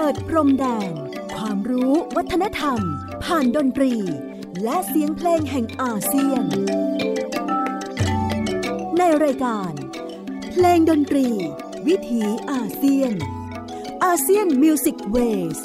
ดพรมแดนความรู้วัฒนธรรมผ่านดนตรีและเสียงเพลงแห่งอาเซียนในรายการเพลงดนตรีวิถีอาเซียนอาเซียนมิวสิกเวส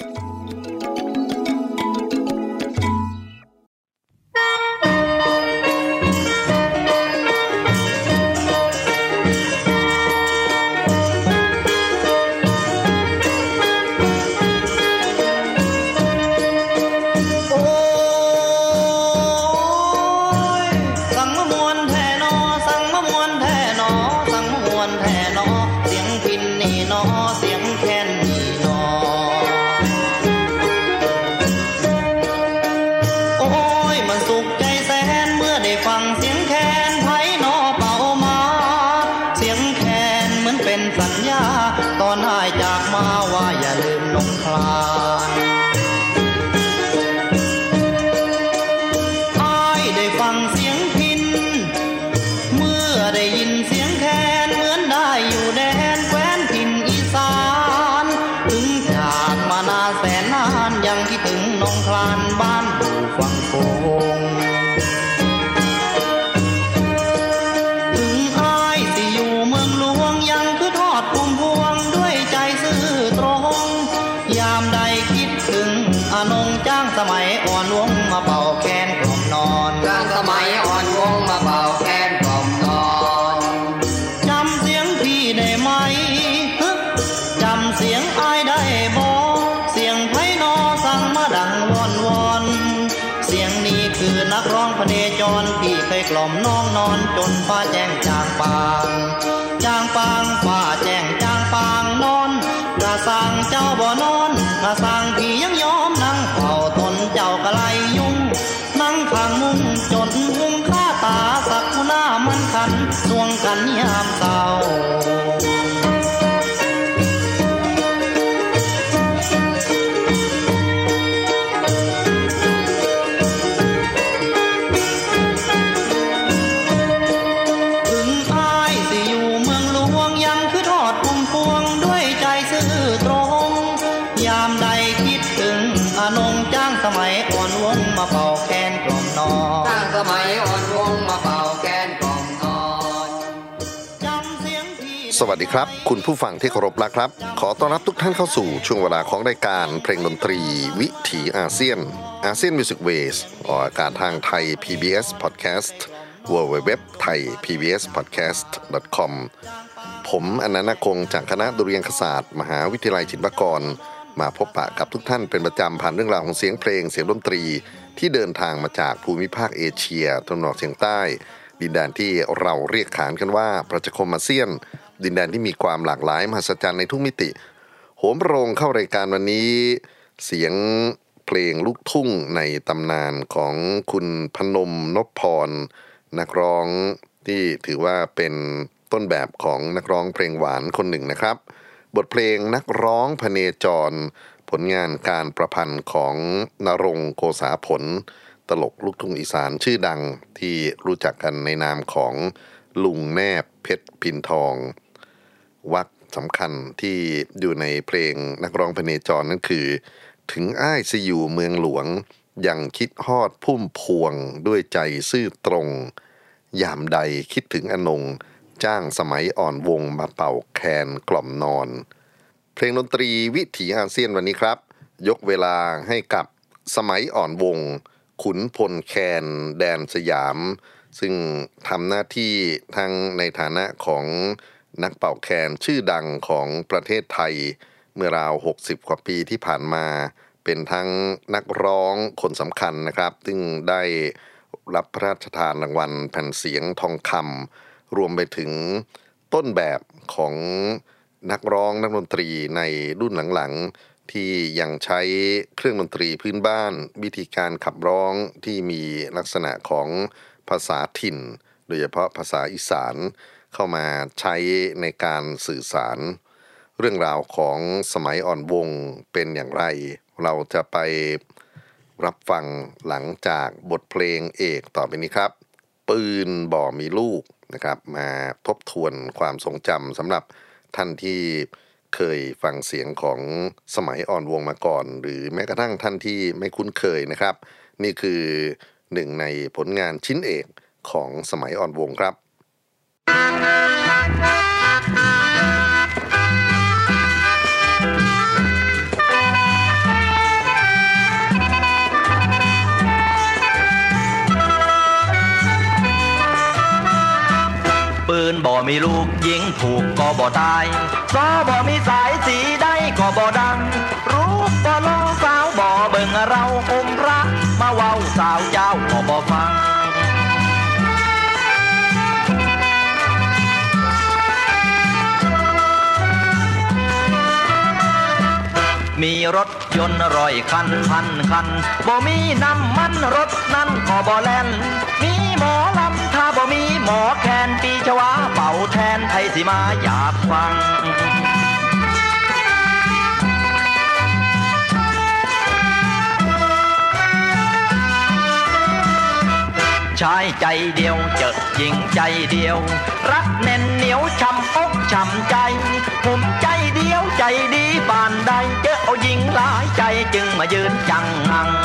พี่เคยกล่อมน้องนอนจนฟ้าแจ้งจางปางจางปางฟ้าแจ้งจางปางนอนกระสังเจ้าบ่นอนกระสังพี่ยังยอมนั่งเฝ้าตนเจ้ากะไลยุ่งนั่งข้างมุ้งจนหุ้มข้าตาสักหน้ามันคันสวงกันยามเศร้าสวัสดีครับคุณผู้ฟังที่เคารพรักครับขอต้อนรับทุกท่านเข้าสู่ช่วงเวลาของรายการเพลงดนตรีวิถีอาเซียนอาเซียนมิวสิกเวสออกอากาศทางไทย PBS Podcast www.thaipbspodcast.com ผมอนันต์คงจากคณะดุริยางคศาสตร์มหาวิทยาลัยศิลปากรมาพบปะกับทุกท่านเป็นประจำผ่านเรื่องราวของเสียงเพลงเสียงดนตรีที่เดินทางมาจากภูมิภาคเอเชียตะวันออกเฉียงใต้ดินแดนที่เราเรียกขานกันว่าประชาคมอาเซียนดินแดนที่มีความหลากหลายมหัศจรรย์ในทุกมิติโหมโรงเข้ารายการวันนี้เสียงเพลงลูกทุ่งในตำนานของคุณพนมนพพรนักร้องที่ถือว่าเป็นต้นแบบของนักร้องเพลงหวานคนหนึ่งนะครับบทเพลงนักร้องพเนจรผลงานการประพันธ์ของณรงค์ โกษาผลตลกลูกทุ่งอีสานชื่อดังที่รู้จักกันในนามของลุงแนบเพชรพินทองวรรคสำคัญที่อยู่ในเพลงนักร้องพเนจรนั่นคือถึงอ้ายสิอยู่เมืองหลวงยังคิดฮอดพุ่มพวงด้วยใจซื่อตรงยามใดคิดถึงอนงจ้างสมัยอ่อนวงมาเป่าแคนกล่อมนอนเพลงดนตรีวิถีอาเซียนวันนี้ครับยกเวลาให้กับสมัยอ่อนวงขุนพลแคนแดนสยามซึ่งทำหน้าที่ทั้งในฐานะของนักเป่าแคนชื่อดังของประเทศไทยเมื่อราว60กว่าปีที่ผ่านมาเป็นทั้งนักร้องคนสำคัญนะครับซึ่งได้รับพระราชทานรางวัลแผ่นเสียงทองคำรวมไปถึงต้นแบบของนักร้องนักดนตรีในรุ่นหลังๆที่ยังใช้เครื่องดนตรีพื้นบ้านวิธีการขับร้องที่มีลักษณะของภาษาถิ่นโดยเฉพาะภาษาอีสานเข้ามาใช้ในการสื่อสารเรื่องราวของสมัยอ่อนวงเป็นอย่างไรเราจะไปรับฟังหลังจากบทเพลงเอกต่อไปนี้ครับปืนบ่มีลูกนะครับมาทบทวนความทรงจำสำหรับท่านที่เคยฟังเสียงของสมัยอ่อนวงมาก่อนหรือแม้กระทั่งท่านที่ไม่คุ้นเคยนะครับนี่คือหนึ่งในผลงานชิ้นเอกของสมัยอ่อนวงครับปืนบ่มีลูกยิงถูกก็บ่ตายซอบ่มีสายสีได้ก็บ่ดังรู้บ่ลองสาวบ่เบิ่งเราอมรักมาเว้าสาวเจ้าก็บ่ฟังมีรถยนต์100 คันพันคันบ่มีน้ำมันรถนั้นก็บ่แล่นมีหมอลำถ้าบ่มีหมอแคนปีชวาเป่าแทนไทยสิมาอยากฟังชายใจเดียวเจอหญิงใจเดียวรักแน่นเหนียวช้ำอกช้ำใจผมใจเดียวใจดีปานใดเจอเอาหญิงหลายใจจึงมายืนจังหัง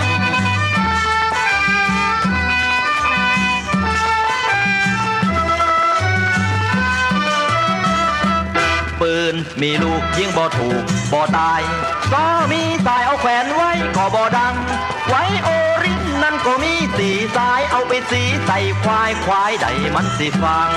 ปืนมีลูกยิงบ่ถูกบ่ตายก็มีสายเอาแขวนไว้ก็บ่ดังไว้โอรินนั่นก็มีสีสายเอาไปสีใส่ควายควายใดมันสิฟัง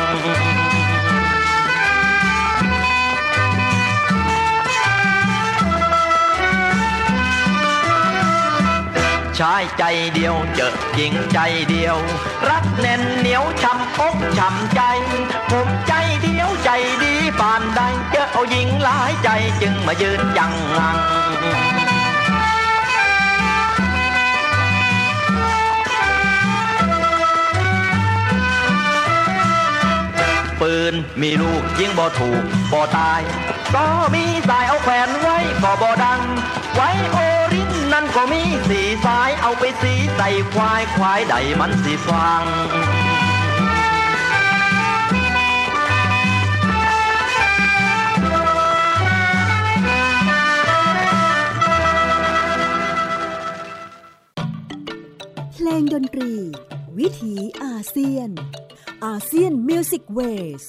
ชายใจเดียวเจอหญิงใจเดียวรักแน่นเหนียวช้ำอกช้ำใจผมใจเดียวใจดีปานใดเจอเอาหญิงหลายใจจึงมายืนจังหังปืนมีลูกยิงบ่ถูกบ่ตายก็มีสายเอาแขวนไว้ก็บ่ดังไว้โอรินนั่นก็มีสีสายเอาไปสีใส่ควายควายใดมันสิฟังเพลงดนตรีวิถีอาเซียนอาเซียนมิวสิกเวส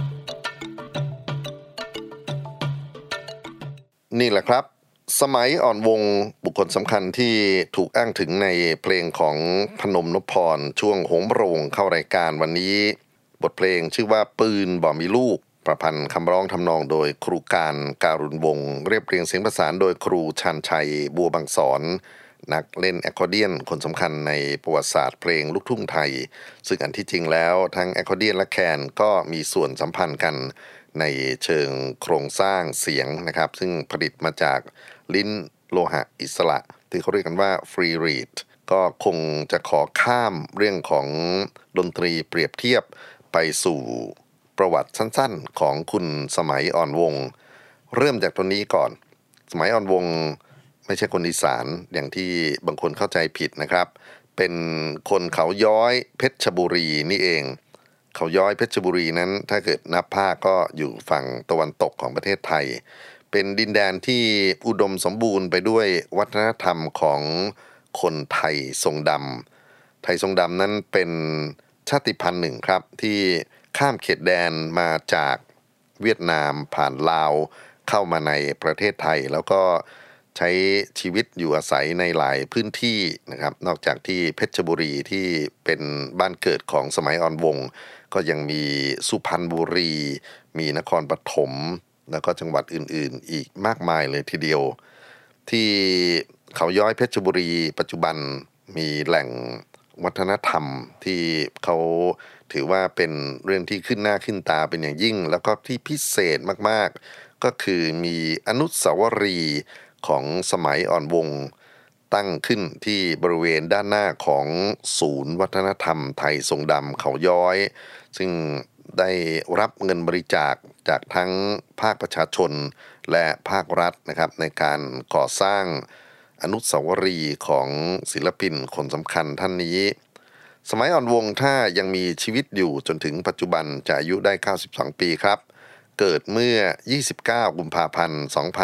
นี่แหละครับสมัยอ่อนวงบุคคลสำคัญที่ถูกอ้างถึงในเพลงของพนมนพพรช่วงโหมโรงเข้ารายการวันนี้บทเพลงชื่อว่าปืนบ่มีลูกประพันธ์คำร้องทำนองโดยครูการุณวงศ์เรียบเรียงเสียงประสานโดยครูชันชัยบัวบางสอนนักเล่นแอคคอร์เดียนคนสำคัญในประวัติศาสตร์เพลงลูกทุ่งไทยซึ่งอันที่จริงแล้วทั้งแอคคอร์เดียนและแคนก็มีส่วนสัมพันธ์กันในเชิงโครงสร้างเสียงนะครับซึ่งผลิตมาจากลิ้นโลหะอิสระที่เขาเรียกกันว่าฟรีรีดก็คงจะขอข้ามเรื่องของดนตรีเปรียบเทียบไปสู่ประวัติสั้นๆของคุณสมัยอ่อนวงเริ่มจากตัวนี้ก่อนสมัยอ่อนวงไม่ใช่คนอีสานอย่างที่บางคนเข้าใจผิดนะครับเป็นคนเขาย้อยเพชรบุรีนี่เองเขาย้อยเพชรบุรีนั้นถ้าเกิดนับภาคก็อยู่ฝั่งตะวันตกของประเทศไทยเป็นดินแดนที่อุดมสมบูรณ์ไปด้วยวัฒนธรรมของคนไทยทรงดำไทยทรงดำนั้นเป็นชาติพันธุ์หนึ่งครับที่ข้ามเขตแดนมาจากเวียดนามผ่านลาวเข้ามาในประเทศไทยแล้วก็ใช้ชีวิตอยู่อาศัยในหลายพื้นที่นะครับนอกจากที่เพชรบุรีที่เป็นบ้านเกิดของสมัยอ่อนวงก็ยังมีสุพรรณบุรีมีนครปฐมแล้วก็จังหวัดอื่นๆอีกมากมายเลยทีเดียวที่เขาย้อยเพชรบุรีปัจจุบันมีแหล่งวัฒนธรรมที่เขาถือว่าเป็นเรื่องที่ขึ้นหน้าขึ้นตาเป็นอย่างยิ่งแล้วก็ที่พิเศษมากๆก็คือมีอนุสาวรีย์ของสมัยอ่อนวงตั้งขึ้นที่บริเวณด้านหน้าของศูนย์วัฒนธรรมไทยทรงดำเขาย้อยซึ่งได้รับเงินบริจาคจากทั้งภาคประชาชนและภาครัฐนะครับในการก่อสร้างอนุสาวรีย์ของศิลปินคนสำคัญท่านนี้สมัยอ่อนวงถ้ายังมีชีวิตอยู่จนถึงปัจจุบันจะอายุได้92ปีครับเกิดเมื่อ29กุมภาพันธ์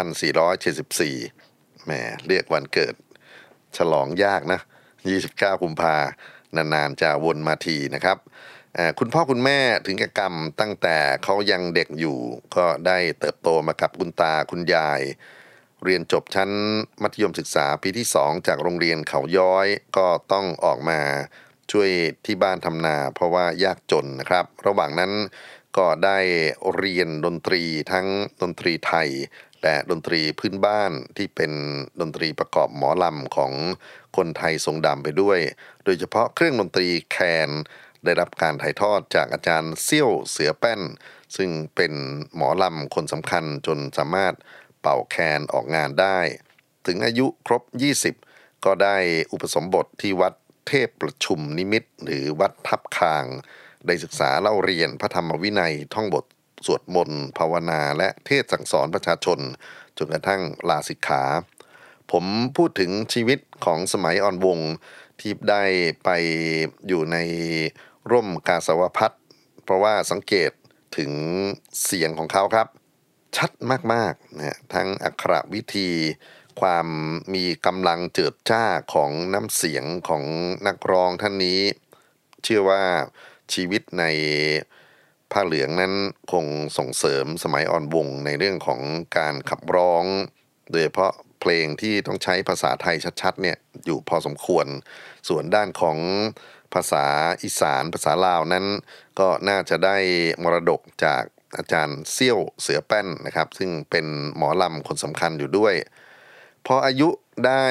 2474แหมเรียกวันเกิดฉลองยากนะ29กุมภานานๆจะวนมาทีนะครับคุณพ่อคุณแม่ถึงแก่กรรมตั้งแต่เขายังเด็กอยู่ก็ได้เติบโตมากับคุณตาคุณยายเรียนจบชั้นมัธยมศึกษาปีที่2จากโรงเรียนเขาย้อยก็ต้องออกมาช่วยที่บ้านทำนาเพราะว่ายากจนนะครับระหว่างนั้นก็ได้เรียนดนตรีทั้งดนตรีไทยและดนตรีพื้นบ้านที่เป็นดนตรีประกอบหมอลำของคนไทยทรงดำไปด้วยโดยเฉพาะเครื่องดนตรีแคนได้รับการถ่ายทอดจากอาจารย์เซี่ยวเสือแป้นซึ่งเป็นหมอลำคนสำคัญจนสามารถเป่าแคนออกงานได้ถึงอายุครบ20ก็ได้อุปสมบทที่วัดเทพประชุมนิมิตรหรือวัดทับคางได้ศึกษาเล่าเรียนพระธรรมวินัยท่องบทสวดมนต์ภาวนาและเทศสั่งสอนประชาชนจนกระทั่งลาสิกขาผมพูดถึงชีวิตของสมัยอ่อนวงที่ได้ไปอยู่ในร่มกาสาวพัสต์เพราะว่าสังเกตถึงเสียงของเขาครับชัดมากๆนะทั้งอักขระวิธีความมีกำลังเจิดจ้าของน้ำเสียงของนักร้องท่านนี้เชื่อว่าชีวิตในผ้าเหลืองนั้นคงส่งเสริมสมัยอ่อนวงในเรื่องของการขับร้องโดยเฉพาะเพลงที่ต้องใช้ภาษาไทยชัดๆเนี่ยอยู่พอสมควรส่วนด้านของภาษาอีสานภาษาลาวนั้นก็น่าจะได้มรดกจากอาจารย์เซี่ยวเสือแป้นนะครับซึ่งเป็นหมอลำคนสำคัญอยู่ด้วยพออายุได้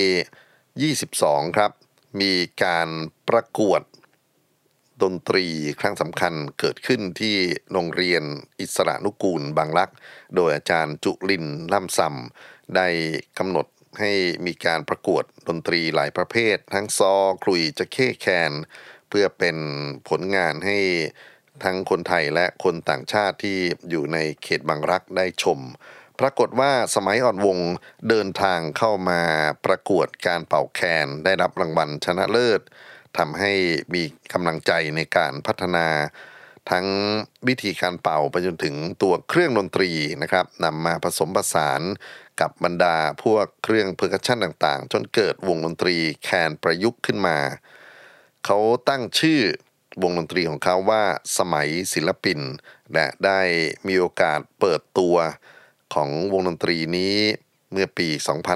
22ครับมีการประกวดดนตรีครั้งสำคัญเกิดขึ้นที่โรงเรียนอิสระนุกูลบางรักโดยอาจารย์จุลินทร์ล่ำซำได้กำหนดให้มีการประกวดดนตรีหลายประเภททั้งซอขลุ่ยจะเข้แคนเพื่อเป็นผลงานให้ทั้งคนไทยและคนต่างชาติที่อยู่ในเขตบางรักได้ชมปรากฏว่าสมัยอ่อนวงเดินทางเข้ามาประกวดการเป่าแคนได้รับรางวัลชนะเลิศทำให้มีกำลังใจในการพัฒนาทั้งวิธีการเป่าไปจนถึงตัวเครื่องดนตรีนะครับนำมาผสมผสานกับบรรดาพวกเครื่องเพอร์คัชชั่นต่างๆจนเกิดวงดนตรีแคนประยุกต์ขึ้นมาเขาตั้งชื่อวงดนตรีของเขาว่าสมัยศิลปินและได้มีโอกาสเปิดตัวของวงดนตรีนี้เมื่อปี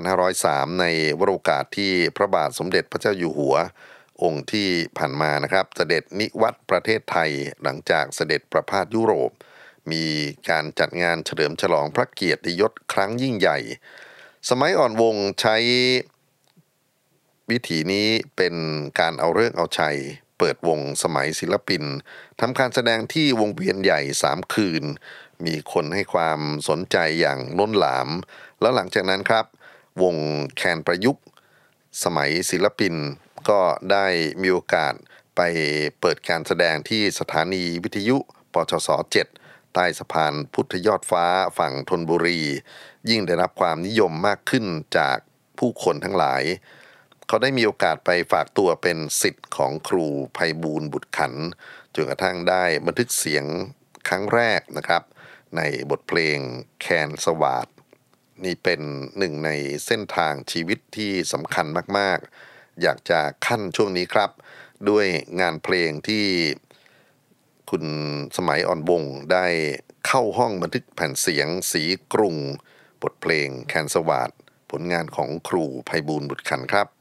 2503 ในวโรกาสที่พระบาทสมเด็จพระเจ้าอยู่หัวองค์ที่ผ่านมานะครับเสด็จนิวัตรประเทศไทยหลังจากเสด็จประพาสยุโรปมีการจัดงานเฉลิมฉลองพระเกียรติยศครั้งยิ่งใหญ่สมัยอ่อนวงใช้วิถีนี้เป็นการเอาฤกษ์เอาชัยเปิดวงสมัยศิลปินทำการแสดงที่วงเวียนใหญ่3คืนมีคนให้ความสนใจอย่างล้นหลามแล้วหลังจากนั้นครับวงแคนประยุกต์สมัยศิลปินก็ได้มีโอกาสไปเปิดการแสดงที่สถานีวิทยุปชส7ใต้สะพานพุทธยอดฟ้าฝั่งธนบุรียิ่งได้รับความนิยมมากขึ้นจากผู้คนทั้งหลายเขาได้มีโอกาสไปฝากตัวเป็นศิษย์ของครูไพบูลย์บุตรขันธ์จนกระทั่งได้บันทึกเสียงครั้งแรกนะครับในบทเพลงแคนสวาทนี่เป็นหนึ่งในเส้นทางชีวิตที่สำคัญมากๆอยากจะขั้นช่วงนี้ครับด้วยงานเพลงที่คุณสมัยอ่อนวงได้เข้าห้องบันทึกแผ่นเสียงสีกรุงบทเพลงแคนสวาทผลงานของครูไพบูลย์บุตรขันธ์ครับ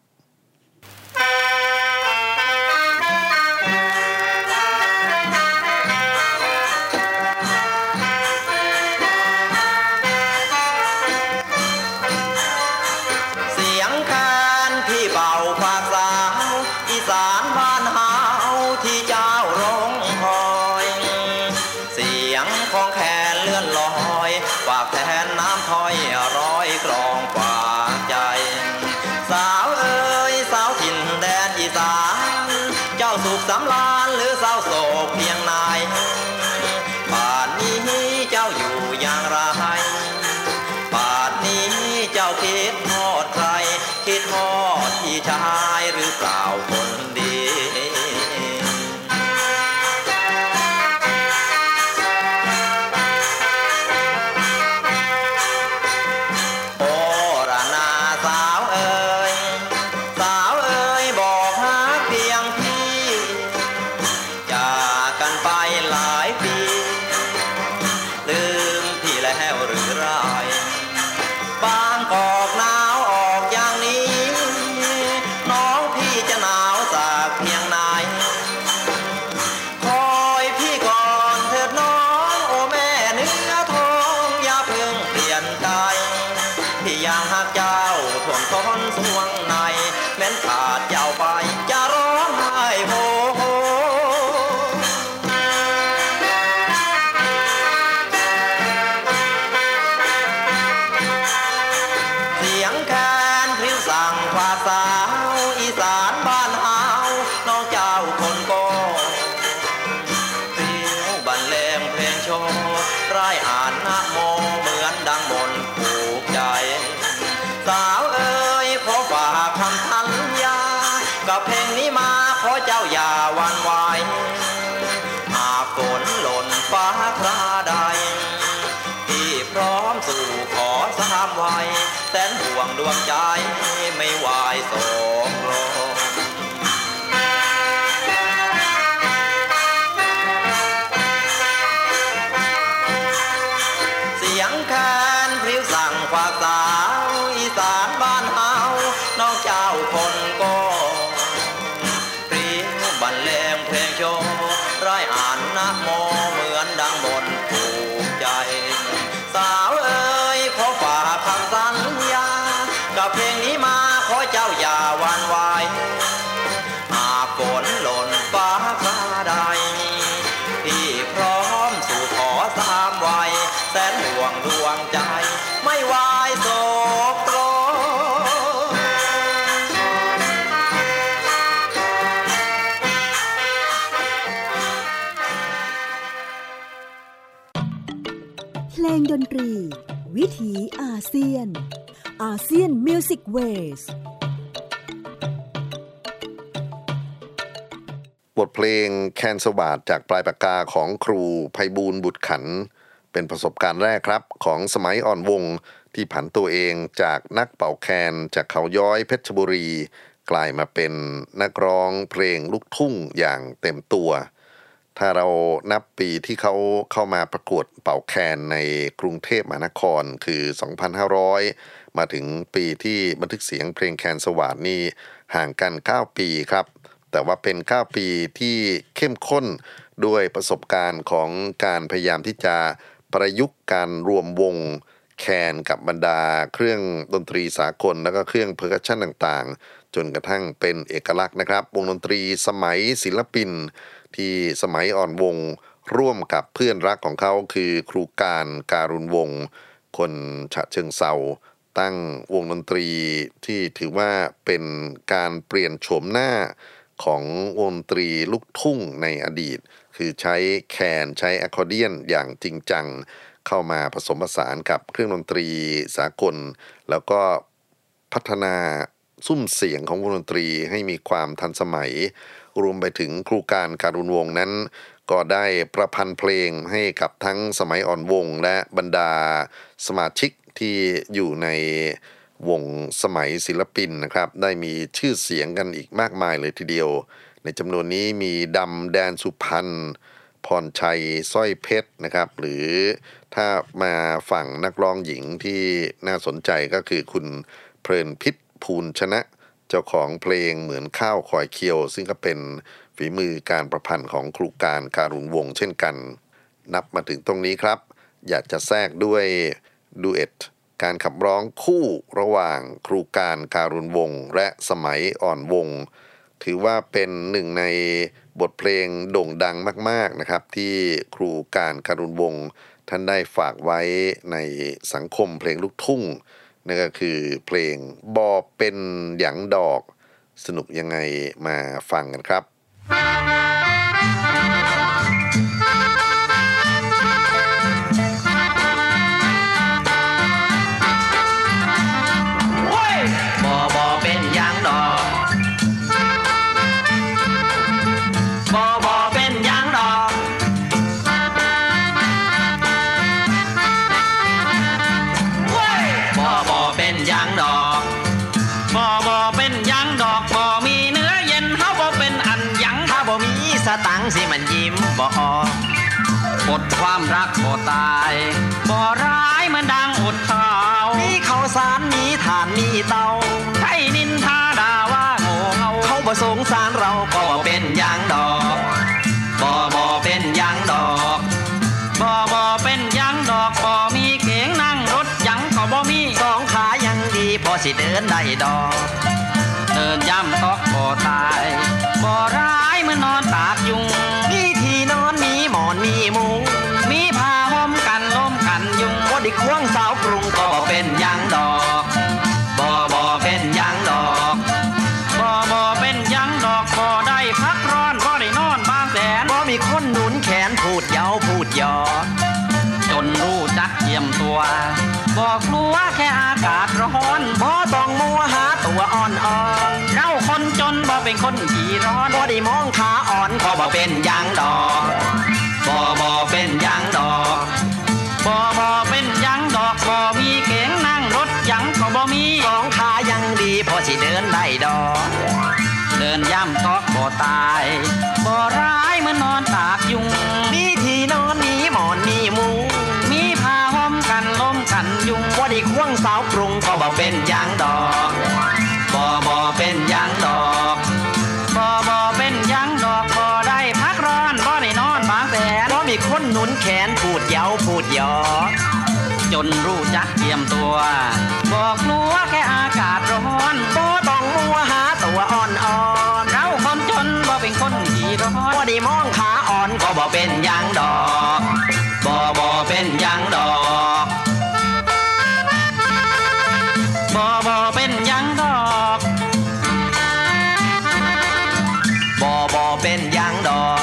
สำราญหรือเศร้าโศกเพียงไหนป่านนี้เจ้าอยู่อย่างไรป่านนี้เจ้าคิดทอดใครคิดทอดพี่ชายหรือเปล่าคนดีไรบางกอกหนาวออกอย่างนี้น้องพี่จะหนาวจากเพียงไหนคอยพี่ก่อนเถิดน้องโอ้แม่เนื้อทองอย่าเพิ่งเปลี่ยนใจพี่ยังหักเจ้าท่วมท้นสวงในแม้นขาดเจ้าไปจะร้องไห้โฮโฮเสียงแคนพริ้วสั่งฝากสาวอีสานบ้านเฮาน้องเจ้าคนโกพริ้วบรรเลงเพลงโชว์ร่ายอ่านนะโมเหมือนดังบนผูกใจสาวเอ๋ยขอฝากคำสัญญากับเพลงนี้มาขอเจ้าอย่าหวั่นไหวหากฝนหล่นฟ้าคราใดพี่พร้อมสู่ขอสามไว้แสนห่วงดวงใจไม่ไหวสองรอเสียงแคนพริ้วสั่งฝากสาวอีสานบ้านเฮาน้องเจ้าคนก็พริ้วบรรเลงเพลงโชว์ร่ายอ่านนะโมเหมือนดังบนผูกใจสาวเอ๋ยขอฝากคำสัญญากับเพลงนี้มาขอเจ้าอย่าหวั่นไหวหากฝนหล่นฟ้าคราใดพี่พร้อมสู่ขอสามไว้แสนห่วงดวงใจไม่ไหวโศกโศกเพลงดนตรีวิถีอาเซียนอาเซียนมิวสิกเวสบทเพลงแคนสวาดจากปลายปากกาของครูไพบูลย์บุตรขันเป็นประสบการณ์แรกครับของสมัยอ่อนวงที่ผันตัวเองจากนักเป่าแคนจากเขาย้อยเพชรบุรีกลายมาเป็นนักร้องเพลงลูกทุ่งอย่างเต็มตัวถ้าเรานับปีที่เขาเข้ามาประกวดเป่าแคนในกรุงเทพมหานครคือ 2,500 มาถึงปีที่บันทึกเสียงเพลงแคนสวาดนี่ห่างกัน 9 ปีครับแต่ว่าเป็น 9 ปีที่เข้มข้นด้วยประสบการณ์ของการพยายามที่จะประยุกต์การรวมวงแคนกับบรรดาเครื่องดนตรีสากลแล้วก็เครื่องเพอร์คัชชั่นต่างๆจนกระทั่งเป็นเอกลักษณ์นะครับวงดนตรีสมัยศิลปินที่สมัยอ่อนวงร่วมกับเพื่อนรักของเขาคือครูการุณวงศ์คนฉะเชิงเทราตั้งวงดนตรีที่ถือว่าเป็นการเปลี่ยนโฉมหน้าของวงดนตรีลูกทุ่งในอดีตคือใช้แคนใช้อะคอร์เดียนอย่างจริงจังเข้ามาผสมผสานกับเครื่องดนตรีสากลแล้วก็พัฒนาซุ้มเสียงของวงดนตรีให้มีความทันสมัยรวมไปถึงครูการุณวงศ์นั้นก็ได้ประพันธ์เพลงให้กับทั้งสมัยอ่อนวงและบรรดาสมาชิกที่อยู่ในวงสมัยศิลปินนะครับได้มีชื่อเสียงกันอีกมากมายเลยทีเดียวในจำนวนนี้มีดำแดนสุพรรณพรชัยสร้อยเพชรนะครับหรือถ้ามาฝั่งนักร้องหญิงที่น่าสนใจก็คือคุณเพลินพิษภูลชนะเจ้าของเพลงเหมือนข้าวคอยเคียวซึ่งก็เป็นฝีมือการประพันธ์ของครูการุณวงศ์เช่นกันนับมาถึงตรงนี้ครับอยากจะแทรกด้วยดูเอทการขับร้องคู่ระหว่างครูการุณวงศ์และสมัยอ่อนวงศ์ถือว่าเป็นหนึ่งในบทเพลงโด่งดังมากๆนะครับที่ครูการุณวงศ์ท่านได้ฝากไว้ในสังคมเพลงลูกทุ่งนั่นก็คือเพลงบอเป็นหยังดอกสนุกยังไงมาฟังกันครับบอเป็นหยังดอกบอเป็นหยังดอกบอเป็นหยังดอกบอเป็นหยังดอกบอมีเนื้อเย็นเฮาบอเป็นอันหยังถ้าบอมีสตังค์สิมันยิ้มบออดความรักบอตายบอร้ายมันดังอดข้าวมีข้าวสารมีถ่านมีเตาใครนินทาด่าว่าโง่เงาเขาบ่สงสารเราก็บ่เป็นหยังดอกบ่เป็นหยังดอกบ่เป็นหยังดอกบ่มีเก๋งนั่งรถหยังก็บ่มีสองขายังดีพอสิเดินได้ดอกเดินย่ำตอกบ่ตายบ่ร้ายเหมือนนอนตากยุงมีที่นอนมีหมอนมีมุ้งมีผ้าห่มกันลมกันยุงบ่ได้ควงสาวกรุงก็บ่เป็นหยังดอกบ่เป็นหยังดอกบ่เป็นหยังดอกบ่ได้พักร้อนบ่ได้นอนบางแสนบ่มีคนหนุนแขนพูดเย้าพูดหยอกจนรู้จักเยี่ยมตัวบอกกลัวแค่อากาศร้อนบ่ต้องมัวหาตัวอ่อนเราคนจนบ่เป็นคนขี้ร้อนบ่ได้มองขาอ่อนก็บ่เป็นหยังดอกบ่เป็นหยังดอกบ่เป็นหยังดอกบ่มีเก๋งนั่งรถหยังก็บ่มีสองขายังดีพอสิเดินได้ดอกเดินย่ำตอกบ่ตายบ่ร้ายเหมือนนอนตากยุงมีที่นอนมีหมอนมีมุ้งมีผ้าห่มกันลมกันยุงบ่ได้ควงสาวกรุงก็บ่เป็นหยังดอกบ่เป็นหยังดอกบ่เป็นหยังดอกบ่ได้พักร้อนบ่ได้นอนบางแสนบ่มีคนหนุนแขนพูดเย้าพูดหยอกจนรู้จักเตรียมตัวบอกกลัวแค่อากาศร้อนบ่ต้องมัวหาตัวอ่อนเราคนจนบ่เป็นคนขี้ร้อนบ่ได้มองขาอ่อนก็บ่เป็นหยังดอกบ่เป็นหยังดอกบ่เป็นหยังดอกบ่เป็นหยังดอก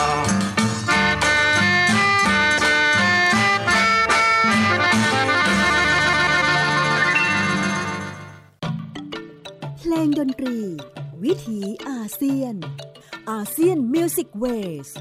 เพลงดนตรีวิถีอาเซียนอาเซียนมิวสิกเวส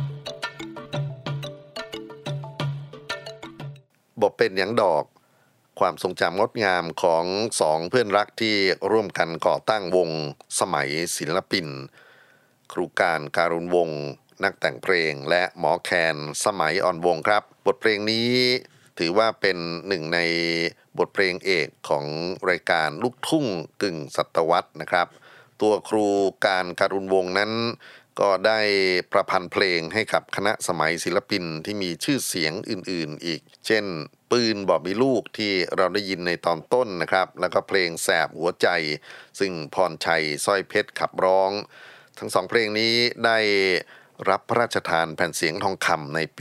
บ่เป็นหยังดอกความทรงจำงดงามของสองเพื่อนรักที่ร่วมกันก่อตั้งวงสมัยศิลปินครูการุณวงศ์นักแต่งเพลงและหมอแคนสมัยอ่อนวงครับบทเพลงนี้ถือว่าเป็นหนึ่งในบทเพลงเอกของรายการลูกทุ่งกึ่งศตวรรษนะครับตัวครูการุณวงศ์นั้นก็ได้ประพันธ์เพลงให้กับคณะสมัยศิลปินที่มีชื่อเสียงอื่นๆอีกเช่นปืนบอกมีลูกที่เราได้ยินในตอนต้นนะครับแล้วก็เพลงแสบหัวใจซึ่งพรชัยสร้อยเพชรขับร้องทั้งสองเพลงนี้ได้รับพระราชทานแผ่นเสียงทองคำในปี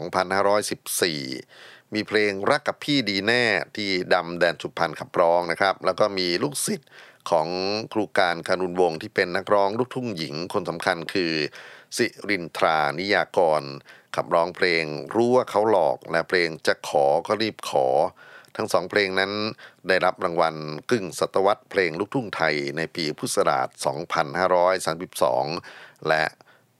2514 มีเพลงรักกับพี่ดีแน่ที่ดำแดนสุพรรณขับร้องนะครับแล้วก็มีลูกศิษย์ของครูการุณวงศ์ที่เป็นนักร้องลูกทุ่งหญิงคนสำคัญคือสิรินทรานิยากรขับร้องเพลงรู้ว่าเขาหลอกและเพลงจะขอก็รีบขอทั้งสองเพลงนั้นได้รับรางวัลกึ่งศตวรรษเพลงลูกทุ่งไทยในปีพุทธศักราช 2532 และปี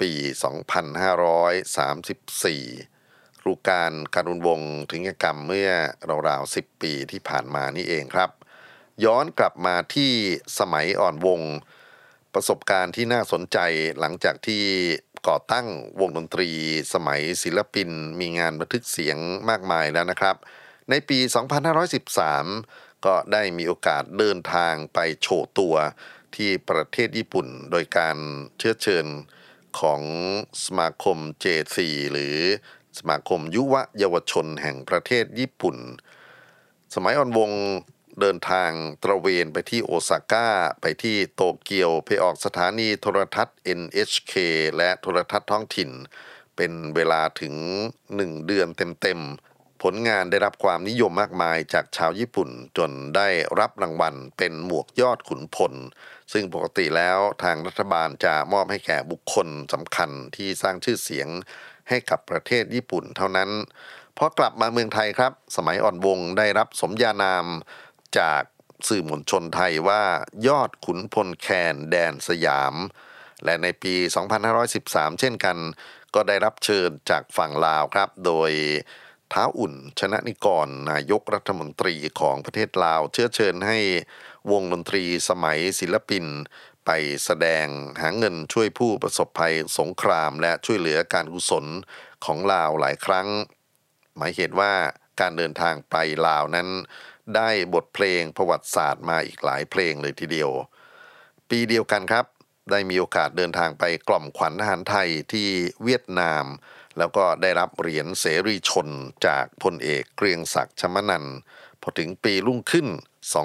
2534 ครูการุณวงศ์ถึงแก่กรรมเมื่อราวๆ 10 ปีที่ผ่านมานี่เองครับย้อนกลับมาที่สมัยอ่อนวงประสบการณ์ที่น่าสนใจหลังจากที่ก่อตั้งวงดนตรีสมัยศิลปินมีงานบันทึกเสียงมากมายแล้วนะครับในปี 2513 ก็ได้มีโอกาสเดินทางไปโชว์ตัวที่ประเทศญี่ปุ่นโดยการเชื้อเชิญของสมาคม J4 หรือสมาคมยุวเยาวชนแห่งประเทศญี่ปุ่นสมัยอ่อนวงเดินทางตระเวนไปที่โอซาก้าไปที่โตเกียวไปออกสถานีโทรทัศน์ NHK และโทรทัศน์ท้องถิ่นเป็นเวลาถึง1 เดือนเต็มๆผลงานได้รับความนิยมมากมายจากชาวญี่ปุ่นจนได้รับรางวัลเป็นหมวกยอดขุนพลซึ่งปกติแล้วทางรัฐบาลจะมอบให้แก่บุคคลสำคัญที่สร้างชื่อเสียงให้กับประเทศญี่ปุ่นเท่านั้นพอกลับมาเมืองไทยครับสมัยอ่อนวงได้รับสมญานามจากสื่อมวลชนไทยว่ายอดขุนพลแคนแดนสยามและในปี 2513 เช่นกันก็ได้รับเชิญจากฝั่งลาวครับโดยท้าวอุ่นชนะนิกรนายกรัฐมนตรีของประเทศลาวเชื้อเชิญให้วงดนตรีสมัยศิลปินไปแสดงหาเงินช่วยผู้ประสบภัยสงครามและช่วยเหลือการกุศลของลาวหลายครั้งหมายเหตุว่าการเดินทางไปลาวนั้นได้บทเพลงประวัติศาสตร์มาอีกหลายเพลงเลยทีเดียวปีเดียวกันครับได้มีโอกาสเดินทางไปกล่อมขวัญทหารไทยที่เวียดนามแล้วก็ได้รับเหรียญเสรีชนจากพลเอกเกรียงศักดิ์ชมนันท์พอถึงปีรุ่งขึ้น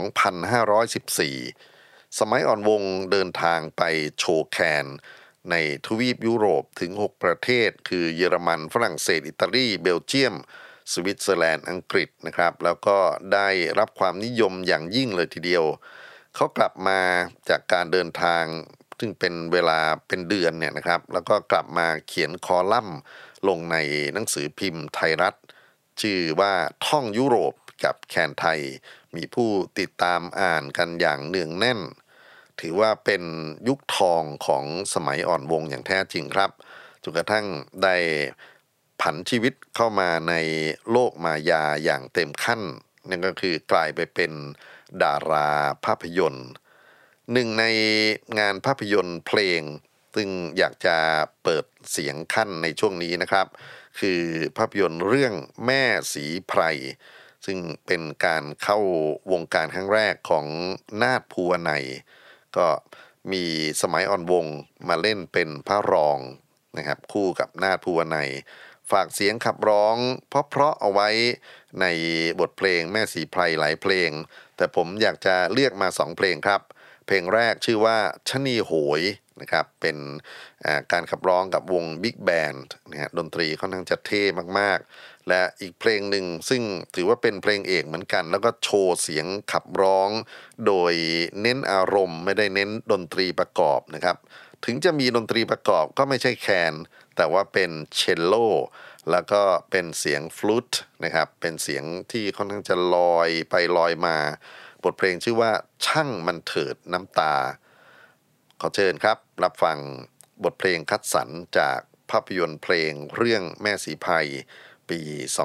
2514 สมัยอ่อนวงเดินทางไปโชว์แคนในทวีปยุโรปถึง 6 ประเทศคือเยอรมันฝรั่งเศสอิตาลีเบลเยียมสวิตเซอร์แลนด์อังกฤษนะครับแล้วก็ได้รับความนิยมอย่างยิ่งเลยทีเดียวเขากลับมาจากการเดินทางซึ่งเป็นเวลาเป็นเดือนเนี่ยนะครับแล้วก็กลับมาเขียนคอลัมน์ลงในหนังสือพิมพ์ไทยรัฐชื่อว่าท่องยุโรปกับแคนไทยมีผู้ติดตามอ่านกันอย่างเนืองแน่นถือว่าเป็นยุคทองของสมัยอ่อนวงอย่างแท้จริงครับจนกระทั่งได้ผันชีวิตเข้ามาในโลกมายาอย่างเต็มขั้นนั่นก็คือกลายไปเป็นดาราภาพยนตร์หนึ่งในงานภาพยนตร์เพลงซึ่งอยากจะเปิดเสียงขั้นในช่วงนี้นะครับคือภาพยนตร์เรื่องแม่ศรีไพรซึ่งเป็นการเข้าวงการครั้งแรกของนาฏภูวนัยก็มีสมัยอ่อนวงมาเล่นเป็นพระรองนะครับคู่กับนาฏภูวนัยฝากเสียงขับร้องเพราะเอาไว้ในบทเพลงแม่ศรีไพรหลายเพลงแต่ผมอยากจะเลือกมา2เพลงครับเพลงแรกชื่อว่าชะนีโหยนะครับเป็นการขับร้องกับวงบิ๊กแบนด์นะฮะดนตรีค่อนข้างจะเท่มากๆและอีกเพลงหนึ่งซึ่งถือว่าเป็นเพลงเอกเหมือนกันแล้วก็โชว์เสียงขับร้องโดยเน้นอารมณ์ไม่ได้เน้นดนตรีประกอบนะครับถึงจะมีดนตรีประกอบก็ไม่ใช่แคนแต่ว่าเป็นเชลโลแล้วก็เป็นเสียงฟลูตนะครับเป็นเสียงที่ค่อนข้างจะลอยไปลอยมาบทเพลงชื่อว่าช่างมันเถิดน้ำตาขอเชิญครับรับฟังบทเพลงคัดสรรจากภาพยนตร์เพลงเรื่องแม่ศรีไพรปี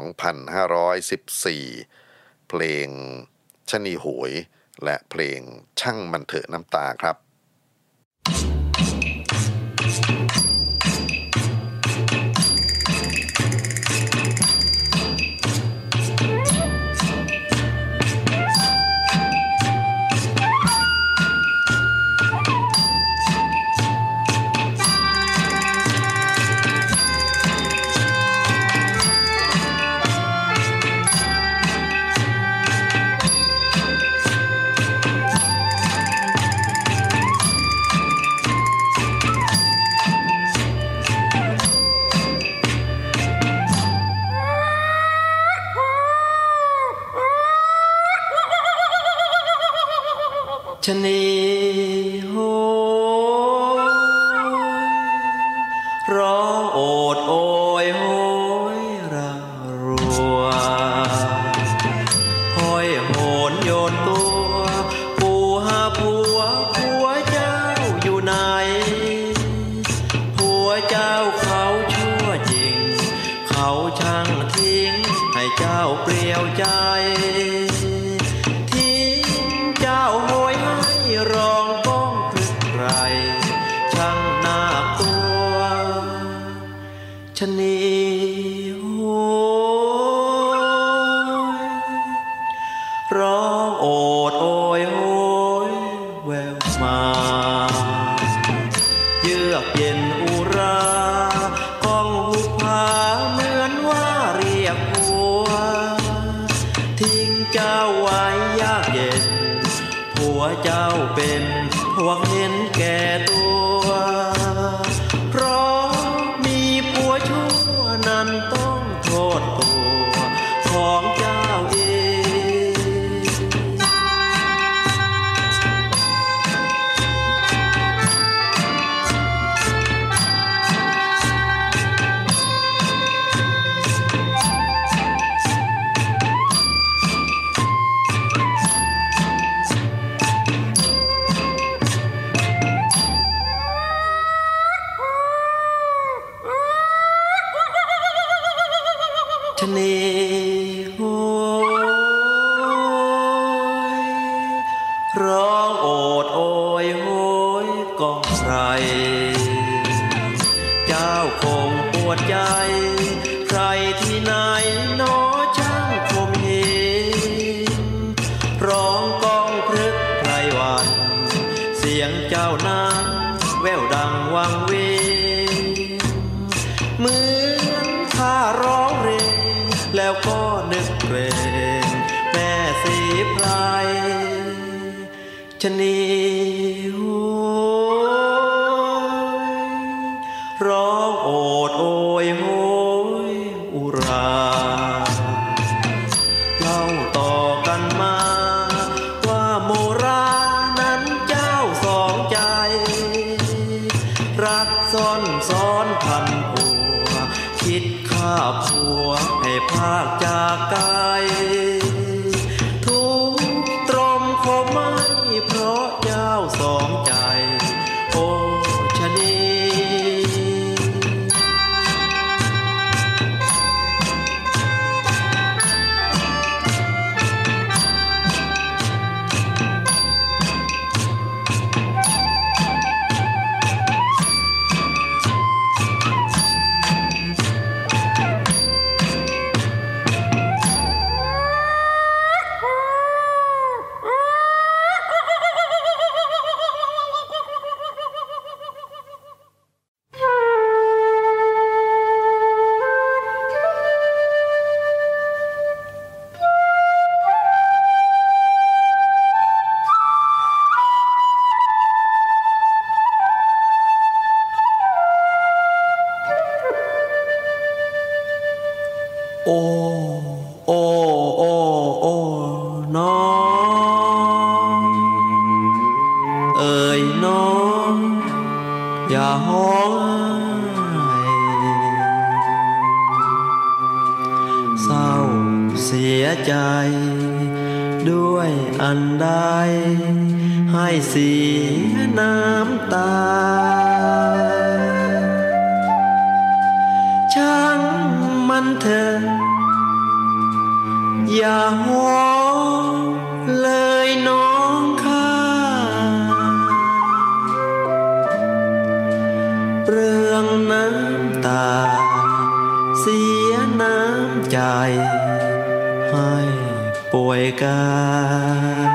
2514 เพลงชะนีโหยและเพลงช่างมันเถิดน้ำตาครับชะนีโหยร้องโอดโอยโหยระรัวห้อยโหนโยนตัวปูหาผัวเจ้าอยู่ไหนผัวเจ้าเขาชั่วจริงเขาช่างทิ้งให้เจ้าเปลี่ยวใจร้องก้องคลึกไรช่างน่ากลัวชะนีโหยร้องโอดโอยโหยแววมาเยือกเย็นอุราก้องหุบผาเหมือนว่าเรียกผัวทิ้งเจ้าไว้ยากเย็นผัวเจ้าเป็นพวกเห็นแก่ตัวเพราะมีผัวชั่วนั้นต้องโทษตัวของเจ้าเองชะนีโหยร้องโอดโอยโหยก้องไพรเจ้าคงปวดใจใครที่ไหนน้อช่างคมใครชะนีโหยร้องโอดโอยโหยอุราเล่าต่อกันมาว่าโมรานั้นเจ้าสองใจรักซ่อนซ้อนพันผัวคิดฆ่าผัวให้พากจากกายทุกตรมขอไม่เพราะเจ้าสองใจโอ้ชะนีโอ้โอ้โอ้โอ้น้องเอ่ยน้องอย่าห้องเศร้าเสียใจด้วยอันใดให้เสียน้ำตาช่างมันเถอะอย่าหัวเลยน้องข้าเรื่องน้ำตาเสียน้ำใจให้ป่วยกาย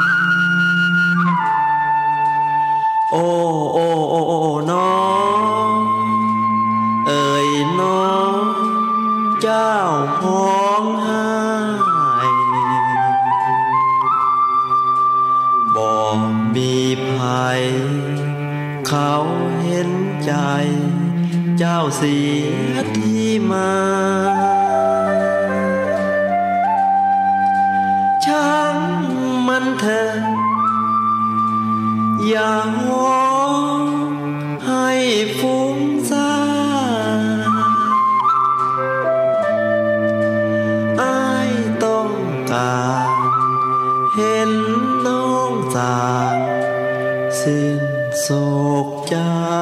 โอ้โอ้โอ้โอ้น้องเอ่ยน้องเจ้าห้องไห้บ่มีภัยเขาเห็นใจเจ้าเสียที่มาช่างมันเถอะอย่าห้องให้ฟุ้งซ่านอ้ายต้องการเห็นน้องจางสิ้นโศกใจ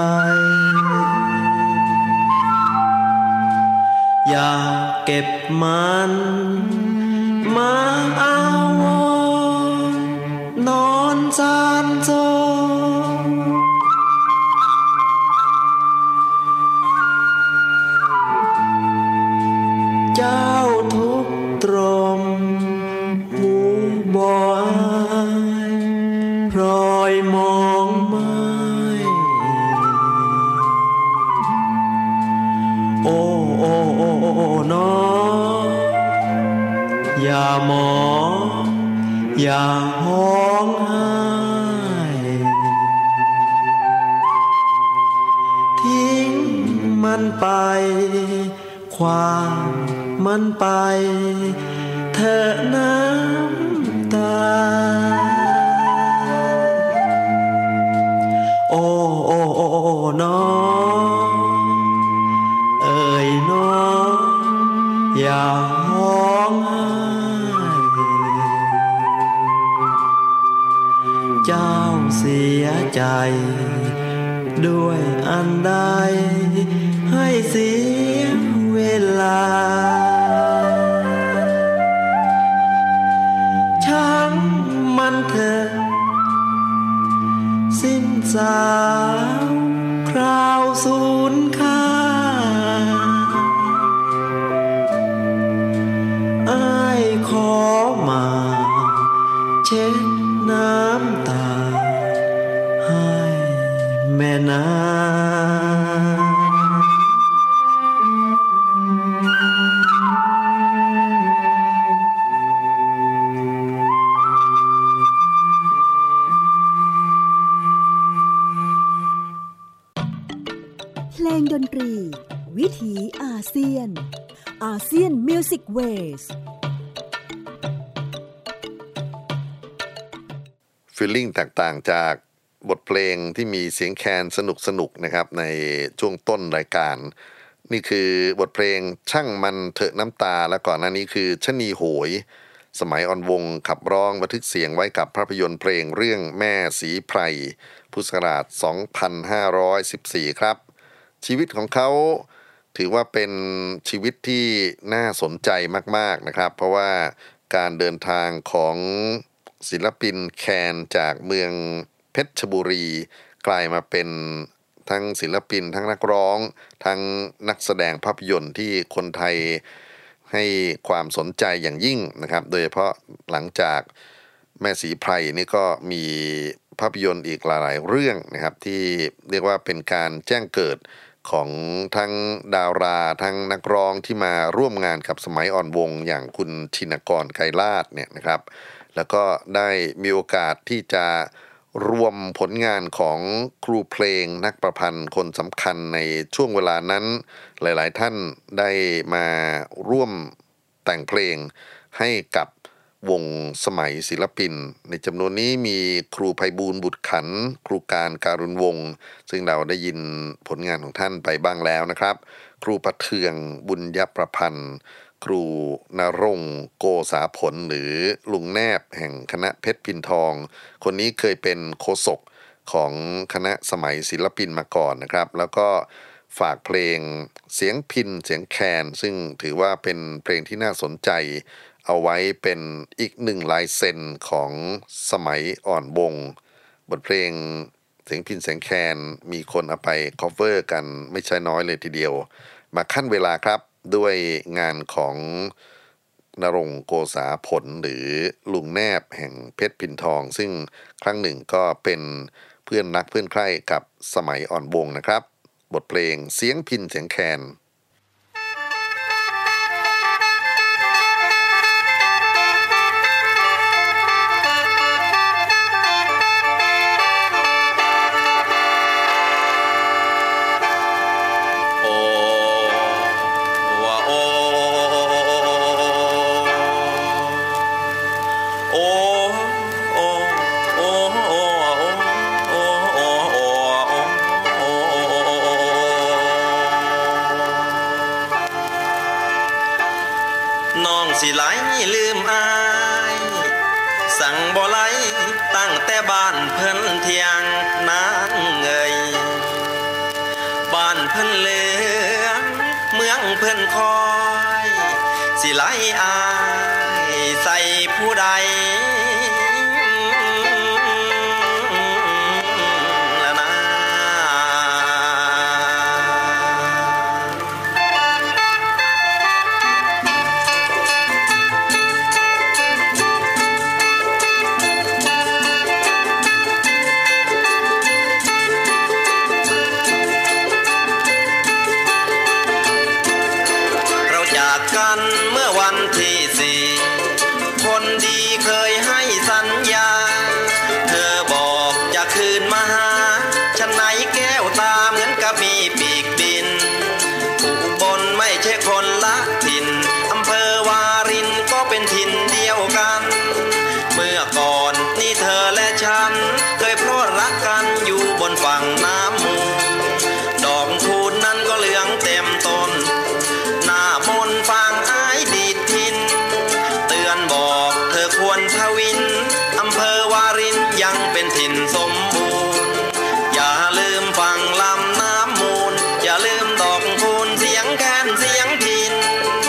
อย่าเก็บมันมาเอานอนซานโซเจ้าทุกตรมหูบ่อายพรอยมองไม่โอ้โอ้โอ้โอ้น้องอย่ามองอย่าห้องไห้ทิ้งมันไปความมันไปเถอะน้ำตาโอ้โอ้โอ้น้องเอ่ยน้องอย่าห้องไห้เจ้าเสียใจด้วยอันใดให้เสียเวลาช่างมันเถอะสิ้นสาวคราวสูญค่าอ้ายขอมาเช็ดน้ำตาให้แม่นางดนตรีวิถีอาเซียนอาเซียนมิวสิกเวสฟีลลิ่งแตกต่างจากบทเพลงที่มีเสียงแคนสนุกๆนะครับในช่วงต้นรายการนี่คือบทเพลงช่างมันเถอะน้ำตาและก่อนหน้านี้คือชะนีโหยสมัยอ่อนวงขับร้องบันทึกเสียงไว้กับภาพยนตร์เพลงเรื่องแม่ศรีไพรพุทธศักราช 2514 ครับชีวิตของเขาถือว่าเป็นชีวิตที่น่าสนใจมากๆนะครับเพราะว่าการเดินทางของศิลปินแคนจากเมืองเพชรบุรีกลายมาเป็นทั้งศิลปินทั้งนักร้องทั้งนักแสดงภาพยนตร์ที่คนไทยให้ความสนใจอย่างยิ่งนะครับโดยเฉพาะหลังจากแม่ศรีไพรนี่ก็มีภาพยนตร์อีกหลายๆเรื่องนะครับที่เรียกว่าเป็นการแจ้งเกิดของทั้งดาราทั้งนักร้องที่มาร่วมงานกับสมัยอ่อนวงอย่างคุณชินกร ไกรลาศเนี่ยนะครับแล้วก็ได้มีโอกาสที่จะรวมผลงานของครูเพลงนักประพันธ์คนสำคัญในช่วงเวลานั้นหลายๆท่านได้มาร่วมแต่งเพลงให้กับวงสมัยศิลปินในจำนวนนี้มีครูไพบูลย์บุตรขันธ์ครูการการุณวงศ์ซึ่งเราได้ยินผลงานของท่านไปบ้างแล้วนะครับครูประเทืองบุญยประพันธ์ครูณรงค์โกษาผลหรือลุงแนบแห่งคณะเพชรพินทองคนนี้เคยเป็นโฆษกของคณะสมัยศิลปินมาก่อนนะครับแล้วก็ฝากเพลงเสียงพิณเสียงแคนซึ่งถือว่าเป็นเพลงที่น่าสนใจเอาไว้เป็นอีกหนึ่งลายเซ็นของสมัยอ่อนวงบทเพลงเสียงพิณเสียงแคนมีคนเอาไป cover กันไม่ใช่น้อยเลยทีเดียวมาขั้นเวลาครับด้วยงานของณรงค์โกษาผลหรือลุงแนบแห่งเพชรพินทองซึ่งครั้งหนึ่งก็เป็นเพื่อนรักเพื่อนใคร่กับสมัยอ่อนวงนะครับบทเพลงเสียงพิณเสียงแคนสิไหลลืมอายสั่งบ่ไหลตั้งแต่บ้านเพิ่นเที่ยงนานเงยบ้านเพิ่นเหลืองเมืองเพิ่นคอยสิไหลอายใส่ผู้ใดคนดีเคยให้สัญญาเธอบอกจะคืนมาหาฉันไหนแก้วตาเหมือนกับมีปีกบินอุบลไม่ใช่คนละถิ่นอำเภอวารินก็เป็นถิ่นเดียวกันเมื่อก่อนนี่เธอและฉันเคยพรอดรักกันอยู่บนฝั่งน้ำมูลดอกคูณนั้นก็เหลืองเต็มต้นหน้ามนต์ฟังอ้ายดีดทินเตือนบอกเธอควรทวินอำเภอวารินยังเป็นถิ่นสมบูรณ์อย่าลืมฟังลำน้ำมูลอย่าลืมดอกคูณเสียงแคนเสียงพิณ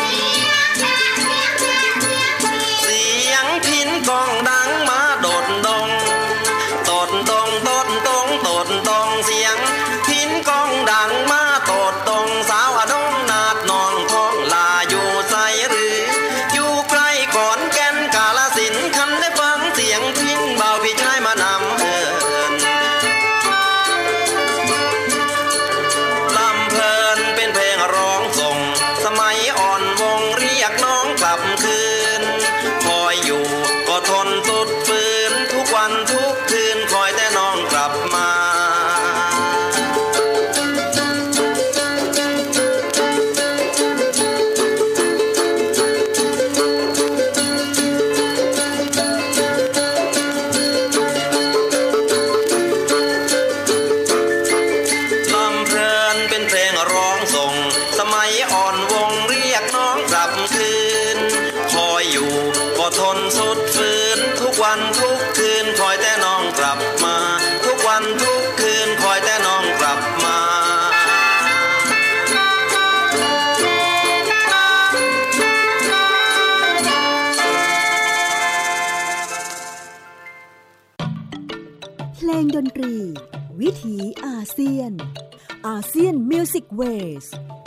เสียงพิณก้องดังมาโดดดงโดดดงโดดดงโดดดงเสียงพิณก้องดังมาโดดดงสาวอดงนาดนองท้องลาอยู่ใสหรืออยู่ใกล้ขอนแก่นกาฬสินธุ์คันได้ฟังเสียงพิณเบาพี่ชายมานำคืนคอยแต่น้องกลับมาทุกวันทุกคืนคอยแต่น้องกลับมาเพลงดนตรีวิถีอาเซียนอาเซียนมิวสิกเวส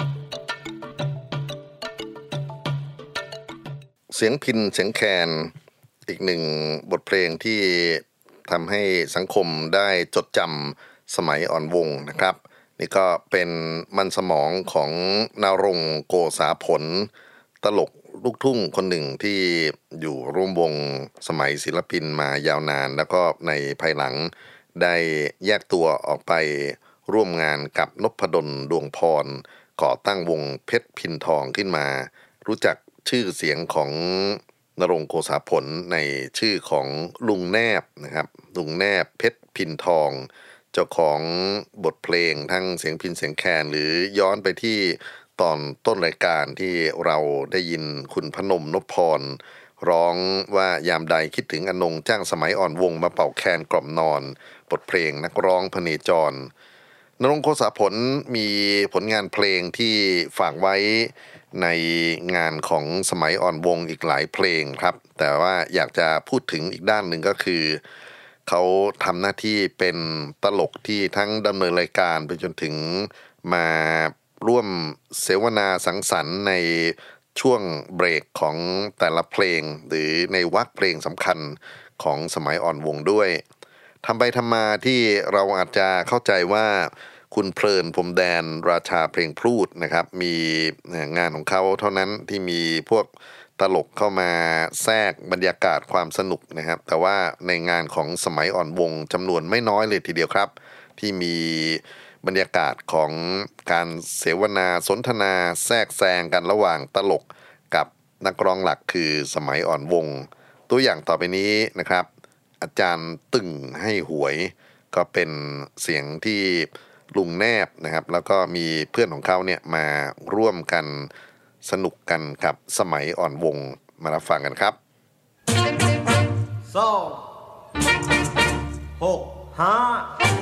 เสียงพิณเสียงแคนอีกหนึ่งบทเพลงที่ทำให้สังคมได้จดจำสมัยอ่อนวงนะครับนี่ก็เป็นมันสมองของณรงค์โกษาผลตลกลูกทุ่งคนหนึ่งที่อยู่ร่วมวงสมัยศิลปินมายาวนานแล้วก็ในภายหลังได้แยกตัวออกไปร่วมงานกับนพดลดวงพรก่อตั้งวงเพชรพินทองขึ้นมารู้จักชื่อเสียงของณรงค์โกษาผลในชื่อของลุงแนบนะครับลุงแนบเพชรพินทองเจ้าของบทเพลงทั้งเสียงพิณเสียงแคนหรือย้อนไปที่ตอนต้นรายการที่เราได้ยินคุณพนมนพพรร้องว่ายามใดคิดถึงอนงจ้างสมัยอ่อนวงมาเป่าแคนกล่อมนอนบทเพลงนักร้องพเนจรณรงค์โกษาผลมีผลงานเพลงที่ฝากไว้ในงานของสมัยอ่อนวงอีกหลายเพลงครับแต่ว่าอยากจะพูดถึงอีกด้านหนึ่งก็คือเขาทำหน้าที่เป็นตลกที่ทั้งดำเนินรายการไปจนถึงมาร่วมเสวนาสังสรรค์ในช่วงเบรกของแต่ละเพลงหรือในวรรคเพลงสำคัญของสมัยอ่อนวงด้วยทำไปทำมาที่เราอาจจะเข้าใจว่าคุณเพลินพรมแดนราชาเพลงพลูดนะครับมีงานของเขาเท่านั้นที่มีพวกตลกเข้ามาแทรกบรรยากาศความสนุกนะครับแต่ว่าในงานของสมัยอ่อนวงจำนวนไม่น้อยเลยทีเดียวครับที่มีบรรยากาศของการเสวนาสนทนาแทรกแซงกันระหว่างตลกกับนักร้องหลักคือสมัยอ่อนวงตัวอย่างต่อไปนี้นะครับอาจารย์ตึงให้หวยก็เป็นเสียงที่ลุงแนบนะครับแล้วก็มีเพื่อนของเขาเนี่ยมาร่วมกันสนุกกันกับสมัยอ่อนวงมารับฟังกันครับ 2 6 5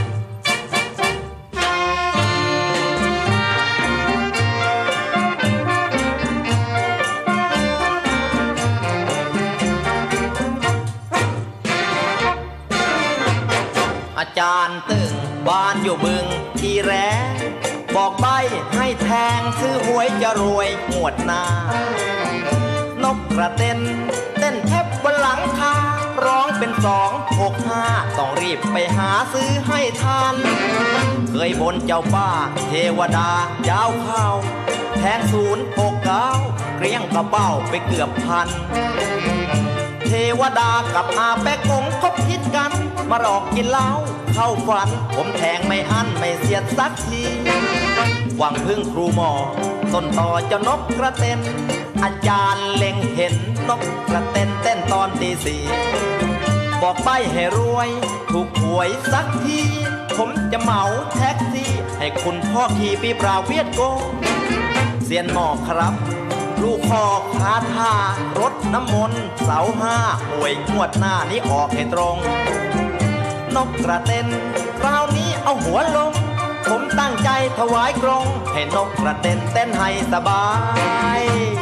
อาจารย์ตึงบ้านอยู่บึงที่แร้บอกใบให้แทงซื้อหวยจะรวยงวดหน้านกกระเต้นเต้นแทบบนหลังคาร้องเป็น2 6 5ต้องรีบไปหาซื้อให้ทันเคยบนเจ้าป้าเทวดายาวข้าวแทง0 6 9เกลี้ยงกระเป๋าไปเกือบพันเทวดากับอาแปะกงคบคิดกันมาหลอกกินเหล้าเข้าฝันผมแทงไม่อั้นไม่เสียดสักทีหวังพึ่งครูหมอต้นต่อเจ้านกกระเต้นอาจารย์เล็งเห็นนกกระเต้นเต้นตอนตี 4บอกไปให้รวยถูกหวยสักทีผมจะเหมาแท็กซี่ให้คุณพ่อขี่ปีปราเวียดโกเซียนหมอครับลูกพ่อคาถารถน้ำมนต์เสา5หวยงวดหน้านี้ออกให้ตรงนกกระเต้นคราวนี้เอาหัวลงผมตั้งใจถวายกรงให้นกกระเต้นเต้นให้สบาย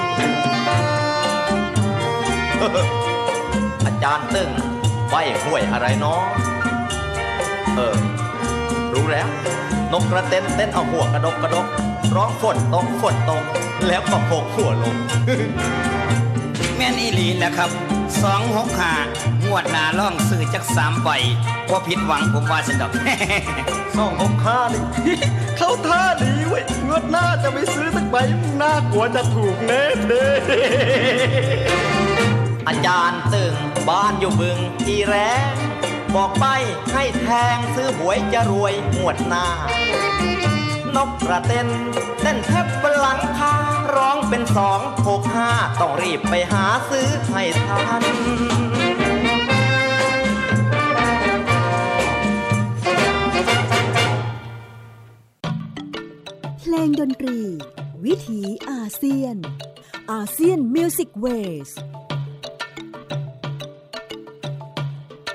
อาจารย์ตึงใบห้วยอะไรเนาะรู้แล้วนกกระเต้นเต้นเอาหัวกระดกกระดกร้องฝนตกฝนตกแล้วก็โผล่หัวลงแม่นอีหลีแหละครับ265งวดหน้าล่องซื้อจัก3ใบบ่ผิดหวังผมว่าสิดอก 265นี่เข้าท่าดีเว้ยงวดหน้าจะไปซื้อสักใบน่ากลัวจะถูกแน่เด้อาจารย์ตึงบ้านอยู่บึงที่แร้บอกไปให้แทงซื้อหวยจะรวยงวดหน้านกกระเต้นเต้นแทบบนหลังคาร้องเป็น2 6 5ต้องรีบไปหาซื้อให้ทันเพลงดนตรีวิถีอาเซียนอาเซียนมิวสิกเวส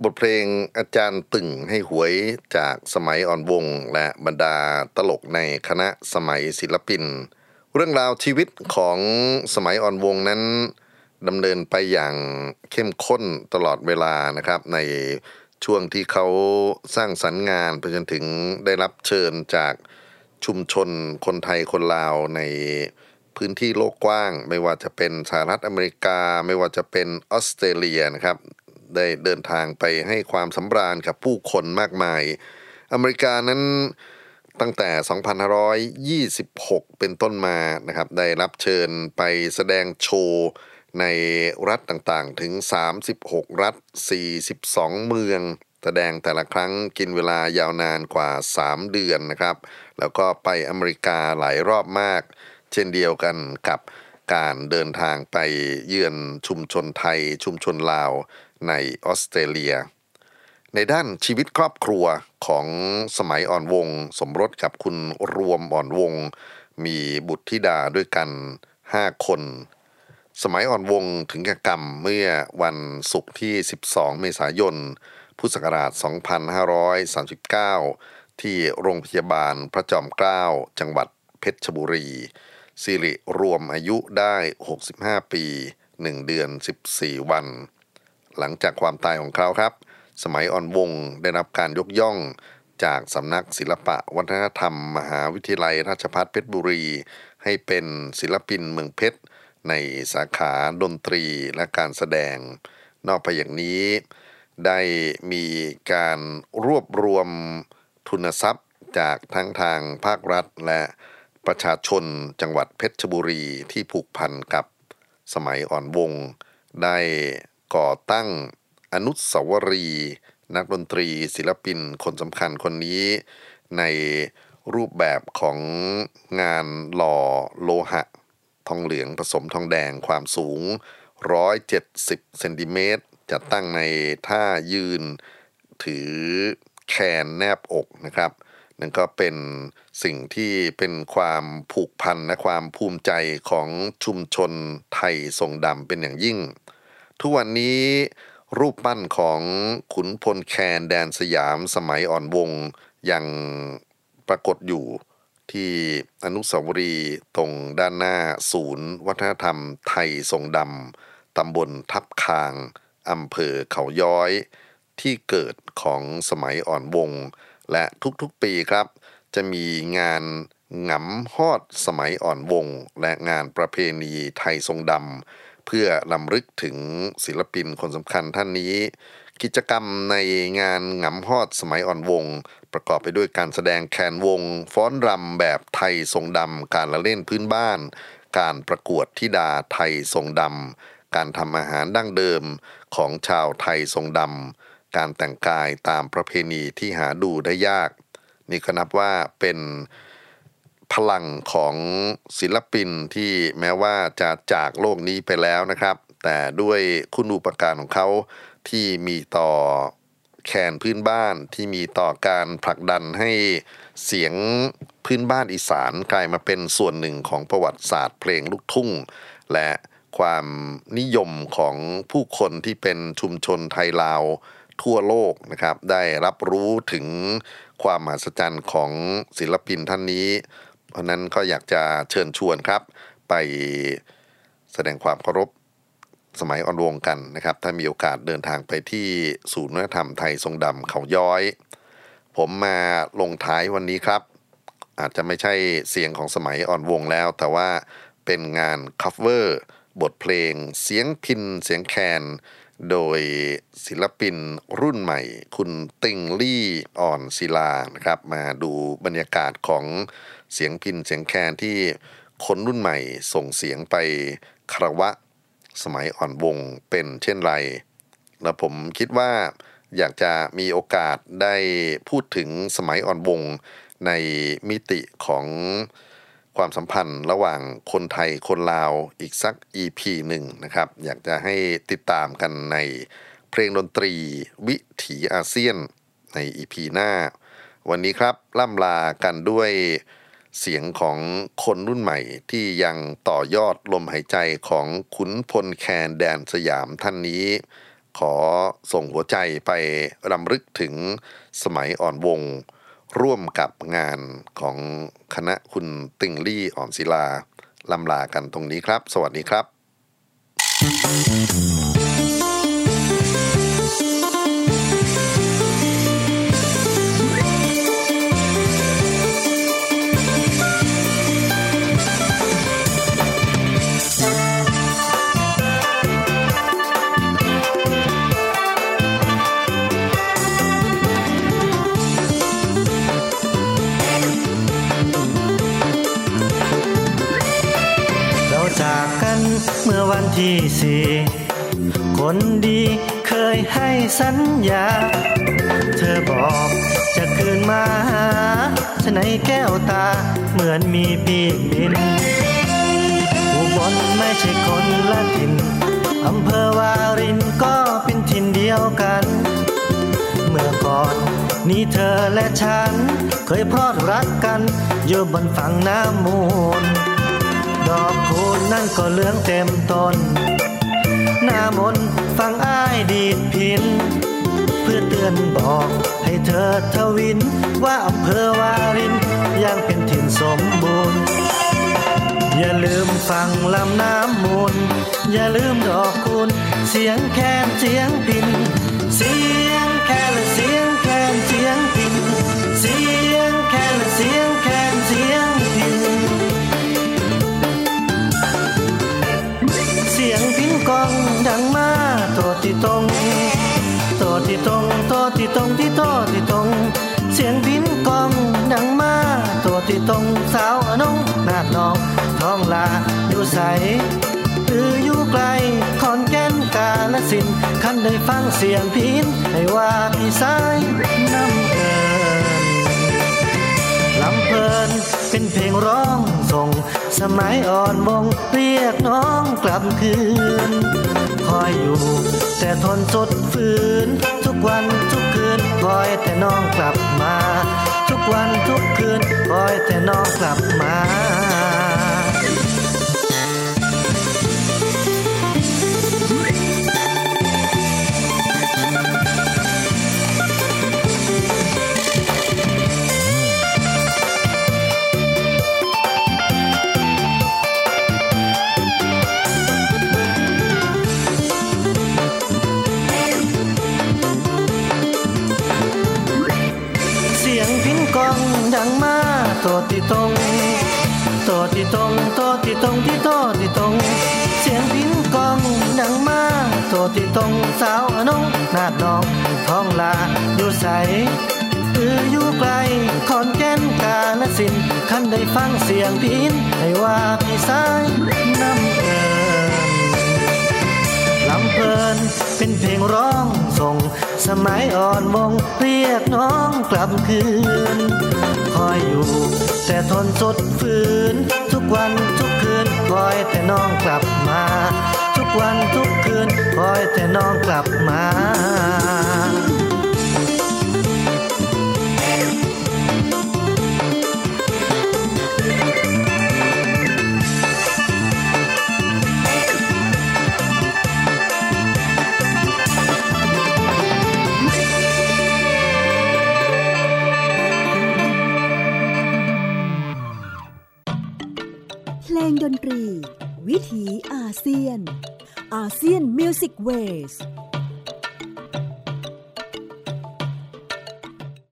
บทเพลงอาจารย์ตึงให้หวยจากสมัยอ่อนวงและบรรดาตลกในคณะสมัยศิลปินเรื่องราวชีวิตของสมัยอ่อนวงนั้นดำเนินไปอย่างเข้มข้นตลอดเวลานะครับในช่วงที่เขาสร้างสรรค์งานไปจนถึงได้รับเชิญจากชุมชนคนไทยคนลาวในพื้นที่โลกกว้างไม่ว่าจะเป็นสหรัฐอเมริกาไม่ว่าจะเป็นออสเตรเลียนะครับได้เดินทางไปให้ความสำราญกับผู้คนมากมายอเมริกานั้นตั้งแต่2526เป็นต้นมานะครับได้รับเชิญไปแสดงโชว์ในรัฐต่างๆถึง36รัฐ42เมืองแสดงแต่ละครั้งกินเวลายาวนานกว่า3เดือนนะครับแล้วก็ไปอเมริกาหลายรอบมากเช่นเดียวกันกับการเดินทางไปเยือนชุมชนไทยชุมชนลาวในออสเตรเลียในด้านชีวิตครอบครัวของสมัยอ่อนวงสมรสกับคุณรวมอ่อนวงมีบุตรธิดาด้วยกัน5คนสมัยอ่อนวงถึงแก่กรรมเมื่อวันศุกร์ที่12เมษายนพุทธศักราช2539ที่โรงพยาบาลพระจอมเกล้าจังหวัดเพชรบุรีสิริรวมอายุได้65ปี1เดือน14วันหลังจากความตายของเขาครับสมัยอ่อนวงได้รับการยกย่องจากสำนักศิลปะวัฒนธรรมมหาวิทยาลัยราชภัฏเพชรบุรีให้เป็นศิลปินเมืองเพชรในสาขาดนตรีและการแสดงนอกไปอย่างนี้ได้มีการรวบรวมทุนทรัพย์จากทั้งทางภาครัฐและประชาชนจังหวัดเพชรบุรีที่ผูกพันกับสมัยอ่อนวงได้ก่อตั้งอนุสาวรีย์นักดนตรีศิลปินคนสำคัญคนนี้ในรูปแบบของงานหล่อโลหะทองเหลืองผสมทองแดงความสูง170เซนติเมตรจัดตั้งในท่ายืนถือแขนแนบอกนะครับนั่นก็เป็นสิ่งที่เป็นความผูกพันและความภูมิใจของชุมชนไทยทรงดำเป็นอย่างยิ่งทุกวันนี้รูปปั้นของขุนพลแคนแดนสยามสมัยอ่อนวงยังปรากฏอยู่ที่อนุสาวรีย์ตรงด้านหน้าศูนย์วัฒนธรรมไทยทรงดำตำบลทับคางอำเภอเขาย้อยที่เกิดของสมัยอ่อนวงและทุกๆปีครับจะมีงานหงำฮอดสมัยอ่อนวงและงานประเพณีไทยทรงดำเพื่อรำลึกถึงศิลปินคนสำคัญท่านนี้กิจกรรมในงานหงำฮอดสมัยอ่อนวงประกอบไปด้วยการแสดงแคนวงฟ้อนรำแบบไทยทรงดำการละเล่นพื้นบ้านการประกวดธิดาไทยทรงดำการทำอาหารดั้งเดิมของชาวไทยทรงดำการแต่งกายตามประเพณีที่หาดูได้ยากนี่ก็นับว่าเป็นพลังของศิลปินที่แม้ว่าจะจากโลกนี้ไปแล้วนะครับแต่ด้วยคุณูปการของเขาที่มีต่อแคนพื้นบ้านที่มีต่อการผลักดันให้เสียงพื้นบ้านอีสานกลายมาเป็นส่วนหนึ่งของประวัติศาสตร์เพลงลูกทุ่งและความนิยมของผู้คนที่เป็นชุมชนไทยลาวทั่วโลกนะครับได้รับรู้ถึงความมหัศจรรย์ของศิลปินท่านนี้เพราะนั้นก็อยากจะเชิญชวนครับไปแสดงความเคารพสมัยอ่อนวงกันนะครับถ้ามีโอกาสเดินทางไปที่ศูนย์วัฒนธรรมไทยทรงดำเขาย้อยผมมาลงท้ายวันนี้ครับอาจจะไม่ใช่เสียงของสมัยอ่อนวงแล้วแต่ว่าเป็นงานคัฟเวอร์บทเพลงเสียงพิณเสียงแคนโดยศิลปินรุ่นใหม่คุณติงลี่อ่อนศิลานะครับมาดูบรรยากาศของเสียงพิณเสียงแคนที่คนรุ่นใหม่ส่งเสียงไปคารวะสมัยอ่อนวงเป็นเช่นไรและผมคิดว่าอยากจะมีโอกาสได้พูดถึงสมัยอ่อนวงในมิติของความสัมพันธ์ระหว่างคนไทยคนลาวอีกสัก EP หนึ่งนะครับอยากจะให้ติดตามกันในเพลงดนตรีวิถีอาเซียนใน EP หน้าวันนี้ครับล่ำลากันด้วยเสียงของคนรุ่นใหม่ที่ยังต่อยอดลมหายใจของขุนพลแคนแดนสยามท่านนี้ขอส่งหัวใจไปรำลึกถึงสมัยอ่อนวงร่วมกับงานของคณะคุณติงลี่อ่อนศิลาลำลากันตรงนี้ครับสวัสดีครับจากกันเมื่อวันที่4คนดีเคยให้สัญญาเธอบอกจะคืนมาหาฉะไหนแก้วตาเหมือนมีปีกบินอุบลไม่ใช่คนละถิ่นอำเภอวารินก็เป็นถิ่นเดียวกันเมื่อก่อนนี้เธอและฉันเคยพลอดรักกันอยู่บนฝั่งน้ำมูลดอกคูณนั่นก็เหลืองเต็มต้นหน้ามนฟังอ้ายดีดพินเพื่อเตือนบอกให้เธอทวินว่าอำเภอวารินยังเป็นถิ่นสมบูรณ์อย่าลืมฟังลำน้ำมูลอย่าลืมดอกคูณเสียงแคนเสียงพินเสียงแคนและเสียงแคนเสียงพินเสียงแคนและเสียงแคนเสียงพินเสียงพินกองดังมาโตที่ตรงโตที่ตรงโตที่ตรงที่โตที่ตรงเสียงพินกองดังมาโตที่ตรงสาวอนงนาดนองท้องลาอยู่ใสอยู่ไกลขอนแก่นกาฬสินธุ์คันได้ฟังเสียงพินให้ว่าพี่สายน้ำเอิญลำเพลินเป็นเพลงร้องส่งสมัยอ่อนวงเรียกน้องกลับคืนคอยอยู่แต่ทนสดฝืนทุกวันทุกคืนคอยแต่น้องกลับมาทุกวันทุกคืนคอยแต่น้องกลับมาดังมาโตที่ตรงโตที่ตรงโตที่ตรงที่โตที่ตรงเสียงพินกองดังมาโตที่ตรงสาวอนงนาดนองท้องลาอยู่ใสอยู่ไกลขอนแก่นกาฬสินธุ์คันได้ฟังเสียงพินให้ว่าพี่สายน้ำเอิญลำเพลินเป็นเพลงร้องส่งสมัยอ่อนวงเรียกน้องกลับคืนคอยอยู่แต่ทนสดฝืนทุกวันทุกคืนคอยแต่น้องกลับมาทุกวันทุกคืนคอยแต่น้องกลับมาเพลงดนตรีวิถีอาเซียนอาเซียนมิวสิกเวส